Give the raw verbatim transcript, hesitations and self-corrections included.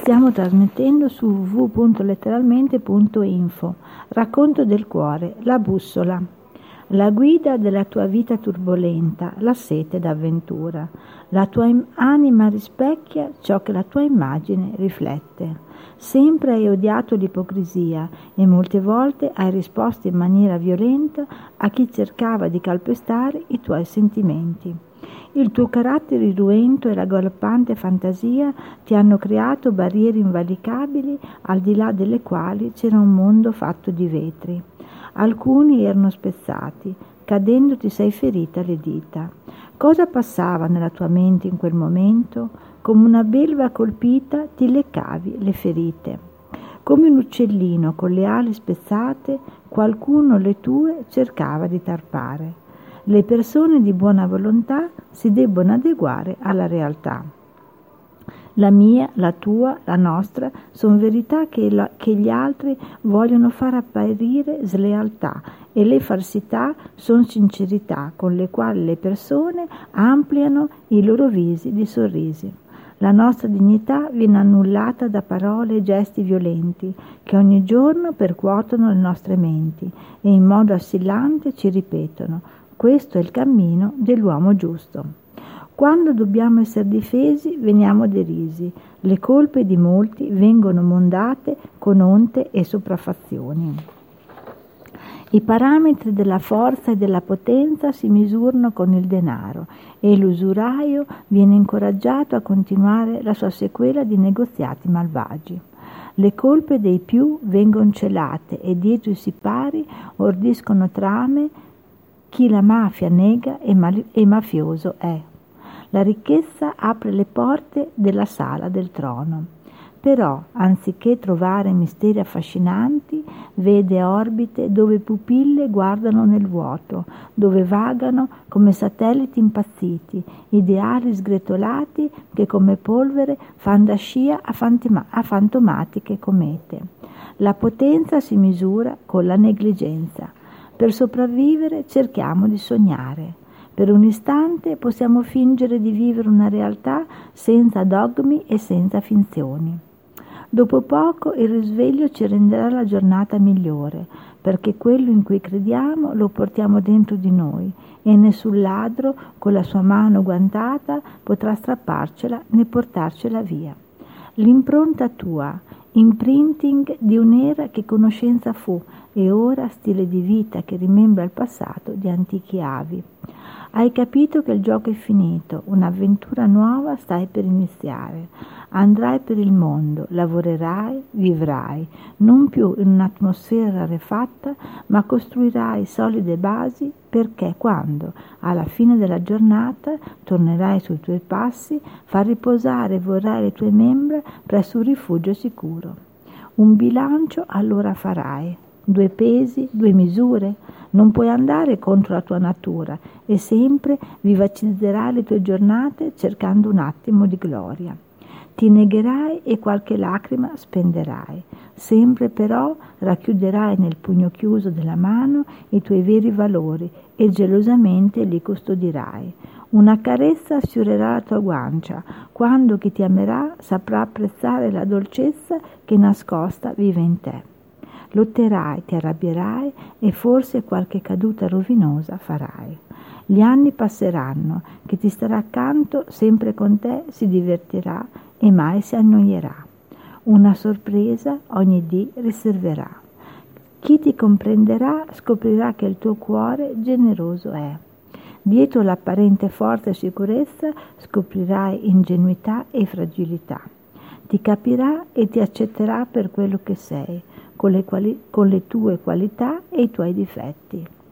Stiamo trasmettendo su w w w punto letteralmente punto info. Racconto del cuore, la bussola. La guida della tua vita turbolenta, la sete d'avventura. La tua anima rispecchia ciò che la tua immagine riflette. Sempre hai odiato l'ipocrisia e molte volte hai risposto in maniera violenta a chi cercava di calpestare i tuoi sentimenti. Il tuo carattere irruento e la galoppante fantasia ti hanno creato barriere invalicabili al di là delle quali c'era un mondo fatto di vetri. Alcuni erano spezzati, cadendo ti sei ferita le dita. Cosa passava nella tua mente in quel momento? Come una belva colpita ti leccavi le ferite. Come un uccellino con le ali spezzate, qualcuno le tue cercava di tarpare. Le persone di buona volontà si debbono adeguare alla realtà. La mia, la tua, la nostra sono verità che, la, che gli altri vogliono far apparire slealtà e le falsità sono sincerità con le quali le persone ampliano i loro visi di sorrisi. La nostra dignità viene annullata da parole e gesti violenti che ogni giorno percuotono le nostre menti e in modo assillante ci ripetono: questo è il cammino dell'uomo giusto. Quando dobbiamo essere difesi, veniamo derisi. Le colpe di molti vengono mondate con onte e sopraffazioni. I parametri della forza e della potenza si misurano con il denaro e l'usuraio viene incoraggiato a continuare la sua sequela di negoziati malvagi. Le colpe dei più vengono celate e dietro i sipari ordiscono trame chi la mafia nega e, mal- e mafioso è. La ricchezza apre le porte della sala del trono, però anziché trovare misteri affascinanti, vede orbite dove pupille guardano nel vuoto, dove vagano come satelliti impazziti, ideali sgretolati che come polvere fanno da scia a, fantima- a fantomatiche comete. La potenza si misura con la negligenza. Per sopravvivere cerchiamo di sognare. Per un istante possiamo fingere di vivere una realtà senza dogmi e senza finzioni. Dopo poco il risveglio ci renderà la giornata migliore, perché quello in cui crediamo lo portiamo dentro di noi e nessun ladro con la sua mano guantata potrà strapparcela né portarcela via. L'impronta tua, imprinting di un'era che conoscenza fu e ora stile di vita che rimembra il passato di antichi avi. Hai capito che il gioco è finito, un'avventura nuova stai per iniziare. Andrai per il mondo, lavorerai, vivrai, non più in un'atmosfera rarefatta, ma costruirai solide basi perché quando, alla fine della giornata, tornerai sui tuoi passi, far riposare e vorrai le tue membra presso un rifugio sicuro. Un bilancio allora farai. Due pesi, due misure, non puoi andare contro la tua natura e sempre vivacizzerai le tue giornate cercando un attimo di gloria. Ti negherai e qualche lacrima spenderai, sempre però racchiuderai nel pugno chiuso della mano i tuoi veri valori e gelosamente li custodirai. Una carezza sfiorerà la tua guancia, quando chi ti amerà saprà apprezzare la dolcezza che nascosta vive in te. Lotterai, ti arrabbierai e forse qualche caduta rovinosa farai. Gli anni passeranno, chi ti starà accanto sempre con te si divertirà e mai si annoierà. Una sorpresa ogni dì riserverà. Chi ti comprenderà scoprirà che il tuo cuore generoso è. Dietro l'apparente forza e sicurezza scoprirai ingenuità e fragilità. Ti capirà e ti accetterà per quello che sei, con le, quali- con le tue qualità e i tuoi difetti.